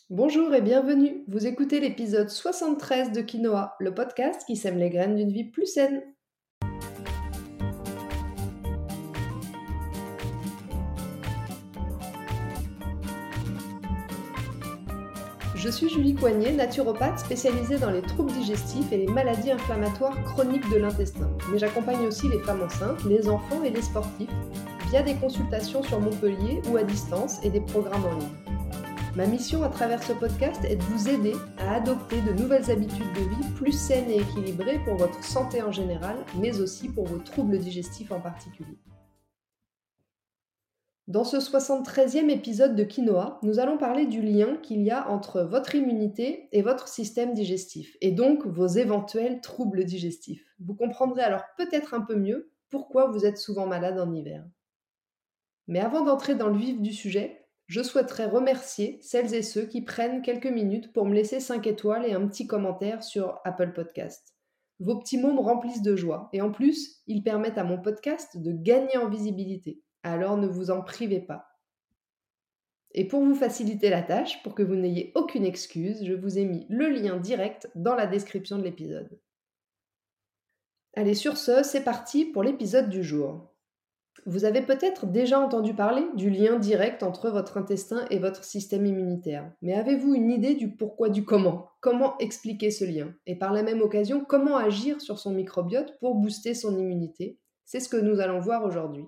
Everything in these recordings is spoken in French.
Bonjour et bienvenue. Vous écoutez l'épisode 73 de Quinoa, le podcast qui sème les graines d'une vie plus saine. Je suis Julie Coignet, naturopathe spécialisée dans les troubles digestifs et les maladies inflammatoires chroniques de l'intestin. Mais j'accompagne aussi les femmes enceintes, les enfants et les sportifs via des consultations sur Montpellier ou à distance et des programmes en ligne. Ma mission à travers ce podcast est de vous aider à adopter de nouvelles habitudes de vie plus saines et équilibrées pour votre santé en général, mais aussi pour vos troubles digestifs en particulier. Dans ce 73e épisode de Quinoa, nous allons parler du lien qu'il y a entre votre immunité et votre système digestif, et donc vos éventuels troubles digestifs. Vous comprendrez alors peut-être un peu mieux pourquoi vous êtes souvent malade en hiver. Mais avant d'entrer dans le vif du sujet, je souhaiterais remercier celles et ceux qui prennent quelques minutes pour me laisser 5 étoiles et un petit commentaire sur Apple Podcast. Vos petits mots me remplissent de joie, et en plus, ils permettent à mon podcast de gagner en visibilité. Alors ne vous en privez pas. Et pour vous faciliter la tâche, pour que vous n'ayez aucune excuse, je vous ai mis le lien direct dans la description de l'épisode. Allez, sur ce, c'est parti pour l'épisode du jour. Vous avez peut-être déjà entendu parler du lien direct entre votre intestin et votre système immunitaire. Mais avez-vous une idée du pourquoi du comment? Comment expliquer ce lien? Et par la même occasion, comment agir sur son microbiote pour booster son immunité? C'est ce que nous allons voir aujourd'hui.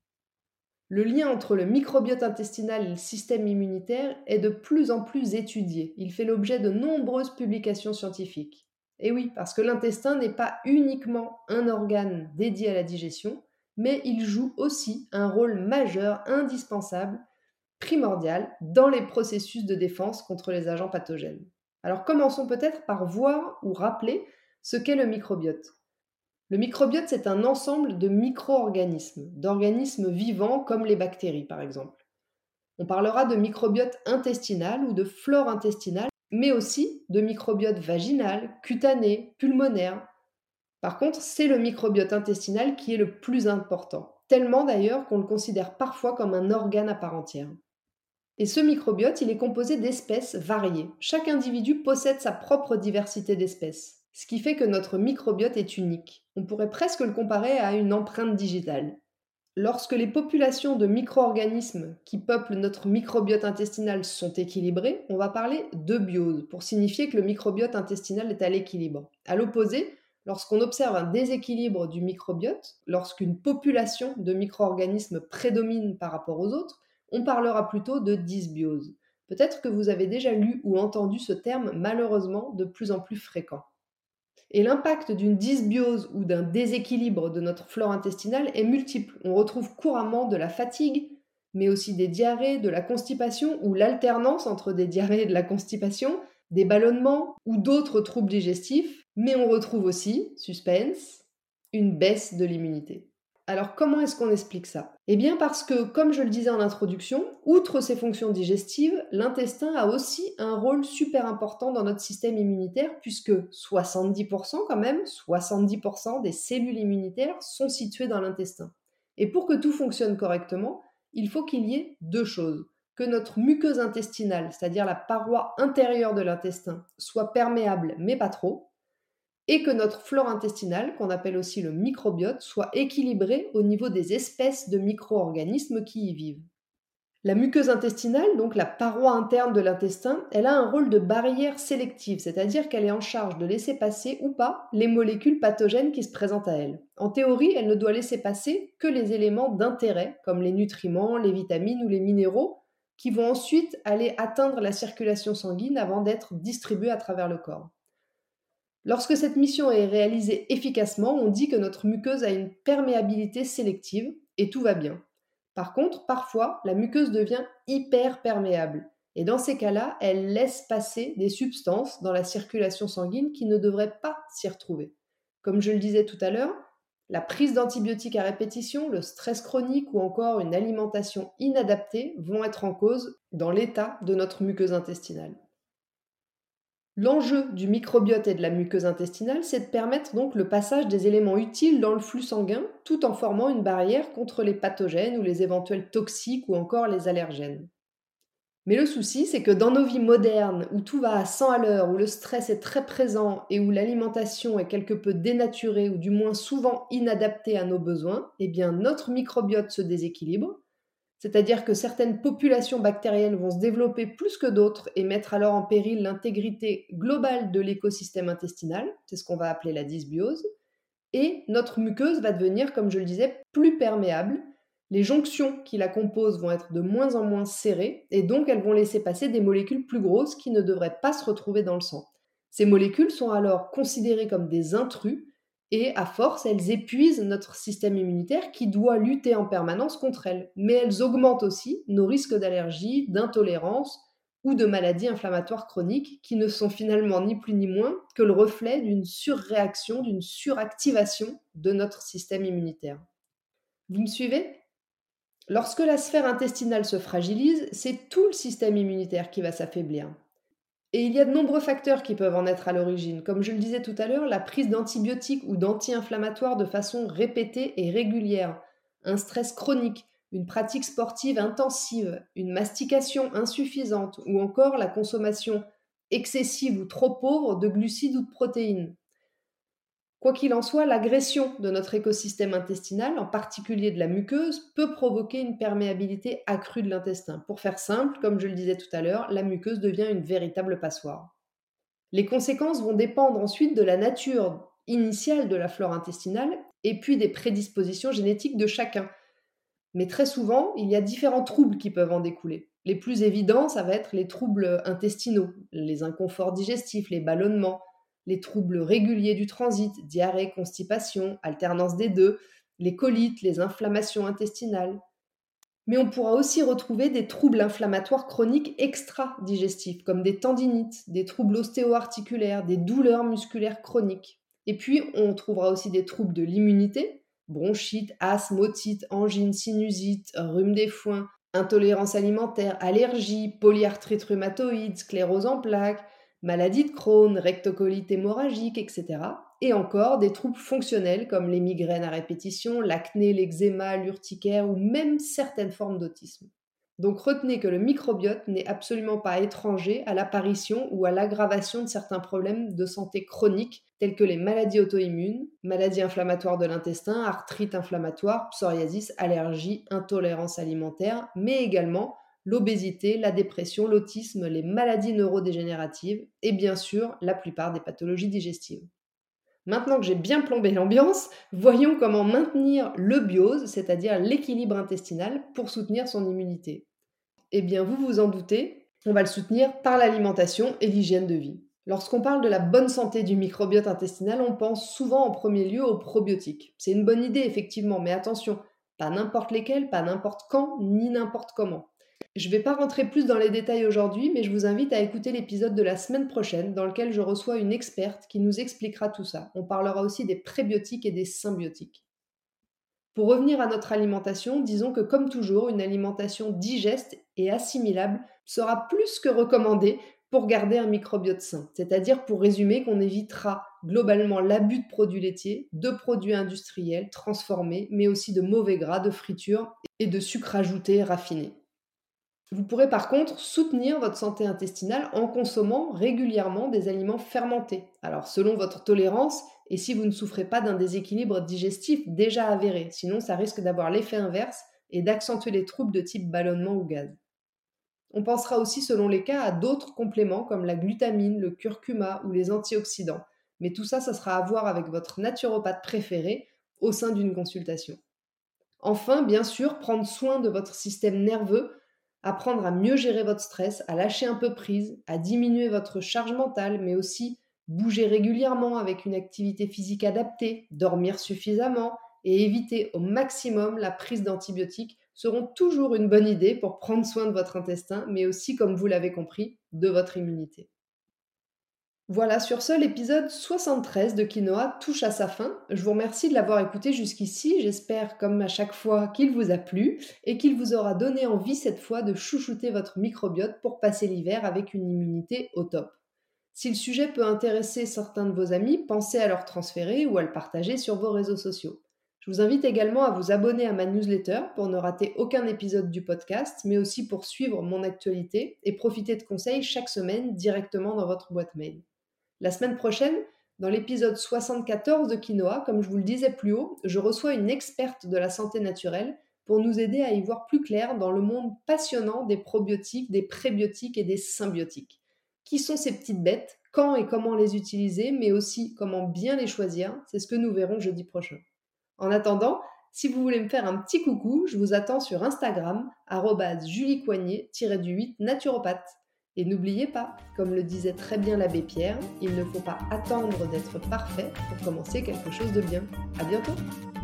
Le lien entre le microbiote intestinal et le système immunitaire est de plus en plus étudié. Il fait l'objet de nombreuses publications scientifiques. Et oui, parce que l'intestin n'est pas uniquement un organe dédié à la digestion, mais il joue aussi un rôle majeur, indispensable, primordial dans les processus de défense contre les agents pathogènes. Alors commençons peut-être par voir ou rappeler ce qu'est le microbiote. Le microbiote, c'est un ensemble de micro-organismes, d'organismes vivants comme les bactéries par exemple. On parlera de microbiote intestinal ou de flore intestinale, mais aussi de microbiote vaginal, cutané, pulmonaire. Par contre, c'est le microbiote intestinal qui est le plus important, tellement d'ailleurs qu'on le considère parfois comme un organe à part entière. Et ce microbiote, il est composé d'espèces variées. Chaque individu possède sa propre diversité d'espèces, ce qui fait que notre microbiote est unique. On pourrait presque le comparer à une empreinte digitale. Lorsque les populations de micro-organismes qui peuplent notre microbiote intestinal sont équilibrées, on va parler de biose, pour signifier que le microbiote intestinal est à l'équilibre. À l'opposé, lorsqu'on observe un déséquilibre du microbiote, lorsqu'une population de micro-organismes prédomine par rapport aux autres, on parlera plutôt de dysbiose. Peut-être que vous avez déjà lu ou entendu ce terme malheureusement de plus en plus fréquent. Et l'impact d'une dysbiose ou d'un déséquilibre de notre flore intestinale est multiple. On retrouve couramment de la fatigue, mais aussi des diarrhées, de la constipation ou l'alternance entre des diarrhées et de la constipation, des ballonnements ou d'autres troubles digestifs, mais on retrouve aussi, suspense, une baisse de l'immunité. Alors comment est-ce qu'on explique ça? Eh bien parce que, comme je le disais en introduction, outre ses fonctions digestives, l'intestin a aussi un rôle super important dans notre système immunitaire puisque 70% quand même, 70% des cellules immunitaires sont situées dans l'intestin. Et pour que tout fonctionne correctement, il faut qu'il y ait deux choses. Que notre muqueuse intestinale, c'est-à-dire la paroi intérieure de l'intestin, soit perméable mais pas trop, et que notre flore intestinale, qu'on appelle aussi le microbiote, soit équilibré au niveau des espèces de micro-organismes qui y vivent. La muqueuse intestinale, donc la paroi interne de l'intestin, elle a un rôle de barrière sélective, c'est-à-dire qu'elle est en charge de laisser passer ou pas les molécules pathogènes qui se présentent à elle. En théorie, elle ne doit laisser passer que les éléments d'intérêt, comme les nutriments, les vitamines ou les minéraux, qui vont ensuite aller atteindre la circulation sanguine avant d'être distribués à travers le corps. Lorsque cette mission est réalisée efficacement, on dit que notre muqueuse a une perméabilité sélective et tout va bien. Par contre, parfois, la muqueuse devient hyperperméable. Et dans ces cas-là, elle laisse passer des substances dans la circulation sanguine qui ne devraient pas s'y retrouver. Comme je le disais tout à l'heure, la prise d'antibiotiques à répétition, le stress chronique ou encore une alimentation inadaptée vont être en cause dans l'état de notre muqueuse intestinale. L'enjeu du microbiote et de la muqueuse intestinale, c'est de permettre donc le passage des éléments utiles dans le flux sanguin, tout en formant une barrière contre les pathogènes ou les éventuels toxiques ou encore les allergènes. Mais le souci, c'est que dans nos vies modernes, où tout va à 100 à l'heure, où le stress est très présent et où l'alimentation est quelque peu dénaturée ou du moins souvent inadaptée à nos besoins, eh bien notre microbiote se déséquilibre. C'est-à-dire que certaines populations bactériennes vont se développer plus que d'autres et mettre alors en péril l'intégrité globale de l'écosystème intestinal, c'est ce qu'on va appeler la dysbiose, et notre muqueuse va devenir, comme je le disais, plus perméable. Les jonctions qui la composent vont être de moins en moins serrées et donc elles vont laisser passer des molécules plus grosses qui ne devraient pas se retrouver dans le sang. Ces molécules sont alors considérées comme des intrus et à force, elles épuisent notre système immunitaire qui doit lutter en permanence contre elles. Mais elles augmentent aussi nos risques d'allergie, d'intolérance ou de maladies inflammatoires chroniques qui ne sont finalement ni plus ni moins que le reflet d'une surréaction, d'une suractivation de notre système immunitaire. Vous me suivez? Lorsque la sphère intestinale se fragilise, c'est tout le système immunitaire qui va s'affaiblir. Et il y a de nombreux facteurs qui peuvent en être à l'origine. Comme je le disais tout à l'heure, la prise d'antibiotiques ou d'anti-inflammatoires de façon répétée et régulière, un stress chronique, une pratique sportive intensive, une mastication insuffisante ou encore la consommation excessive ou trop pauvre de glucides ou de protéines. Quoi qu'il en soit, l'agression de notre écosystème intestinal, en particulier de la muqueuse, peut provoquer une perméabilité accrue de l'intestin. Pour faire simple, comme je le disais tout à l'heure, la muqueuse devient une véritable passoire. Les conséquences vont dépendre ensuite de la nature initiale de la flore intestinale et puis des prédispositions génétiques de chacun. Mais très souvent, il y a différents troubles qui peuvent en découler. Les plus évidents, ça va être les troubles intestinaux, les inconforts digestifs, les ballonnements, les troubles réguliers du transit, diarrhée, constipation, alternance des deux, les colites, les inflammations intestinales. Mais on pourra aussi retrouver des troubles inflammatoires chroniques extra-digestifs, comme des tendinites, des troubles ostéo-articulaires, des douleurs musculaires chroniques. Et puis, on trouvera aussi des troubles de l'immunité, bronchite, asthme, otite, angine, sinusite, rhume des foins, intolérance alimentaire, allergie, polyarthrite rhumatoïde, sclérose en plaques, maladie de Crohn, rectocolite hémorragique, etc. Et encore des troubles fonctionnels comme les migraines à répétition, l'acné, l'eczéma, l'urticaire ou même certaines formes d'autisme. Donc retenez que le microbiote n'est absolument pas étranger à l'apparition ou à l'aggravation de certains problèmes de santé chroniques tels que les maladies auto-immunes, maladies inflammatoires de l'intestin, arthrite inflammatoire, psoriasis, allergies, intolérance alimentaire, mais également l'obésité, la dépression, l'autisme, les maladies neurodégénératives et bien sûr la plupart des pathologies digestives. Maintenant que j'ai bien plombé l'ambiance, voyons comment maintenir le biose, c'est-à-dire l'équilibre intestinal, pour soutenir son immunité. Eh bien, vous vous en doutez, on va le soutenir par l'alimentation et l'hygiène de vie. Lorsqu'on parle de la bonne santé du microbiote intestinal, on pense souvent en premier lieu aux probiotiques. C'est une bonne idée, effectivement, mais attention, pas n'importe lesquels, pas n'importe quand, ni n'importe comment. Je ne vais pas rentrer plus dans les détails aujourd'hui, mais je vous invite à écouter l'épisode de la semaine prochaine dans lequel je reçois une experte qui nous expliquera tout ça. On parlera aussi des prébiotiques et des symbiotiques. Pour revenir à notre alimentation, disons que comme toujours, une alimentation digeste et assimilable sera plus que recommandée pour garder un microbiote sain. C'est-à-dire, pour résumer, qu'on évitera globalement l'abus de produits laitiers, de produits industriels transformés, mais aussi de mauvais gras, de friture et de sucres ajoutés raffinés. Vous pourrez par contre soutenir votre santé intestinale en consommant régulièrement des aliments fermentés. Alors selon votre tolérance et si vous ne souffrez pas d'un déséquilibre digestif déjà avéré, sinon ça risque d'avoir l'effet inverse et d'accentuer les troubles de type ballonnement ou gaz. On pensera aussi selon les cas à d'autres compléments comme la glutamine, le curcuma ou les antioxydants. Mais tout ça, ça sera à voir avec votre naturopathe préféré au sein d'une consultation. Enfin, bien sûr, prendre soin de votre système nerveux, apprendre à mieux gérer votre stress, à lâcher un peu prise, à diminuer votre charge mentale, mais aussi bouger régulièrement avec une activité physique adaptée, dormir suffisamment et éviter au maximum la prise d'antibiotiques seront toujours une bonne idée pour prendre soin de votre intestin, mais aussi, comme vous l'avez compris, de votre immunité. Voilà, sur ce, l'épisode 73 de Quinoa touche à sa fin. Je vous remercie de l'avoir écouté jusqu'ici. J'espère, comme à chaque fois, qu'il vous a plu et qu'il vous aura donné envie cette fois de chouchouter votre microbiote pour passer l'hiver avec une immunité au top. Si le sujet peut intéresser certains de vos amis, pensez à leur transférer ou à le partager sur vos réseaux sociaux. Je vous invite également à vous abonner à ma newsletter pour ne rater aucun épisode du podcast, mais aussi pour suivre mon actualité et profiter de conseils chaque semaine directement dans votre boîte mail. La semaine prochaine, dans l'épisode 74 de Quinoa, comme je vous le disais plus haut, je reçois une experte de la santé naturelle pour nous aider à y voir plus clair dans le monde passionnant des probiotiques, des prébiotiques et des symbiotiques. Qui sont ces petites bêtes, quand et comment les utiliser, mais aussi comment bien les choisir, c'est ce que nous verrons jeudi prochain. En attendant, si vous voulez me faire un petit coucou, je vous attends sur Instagram, @juliecoignet-8 naturopathe. Et n'oubliez pas, comme le disait très bien l'abbé Pierre, il ne faut pas attendre d'être parfait pour commencer quelque chose de bien. À bientôt!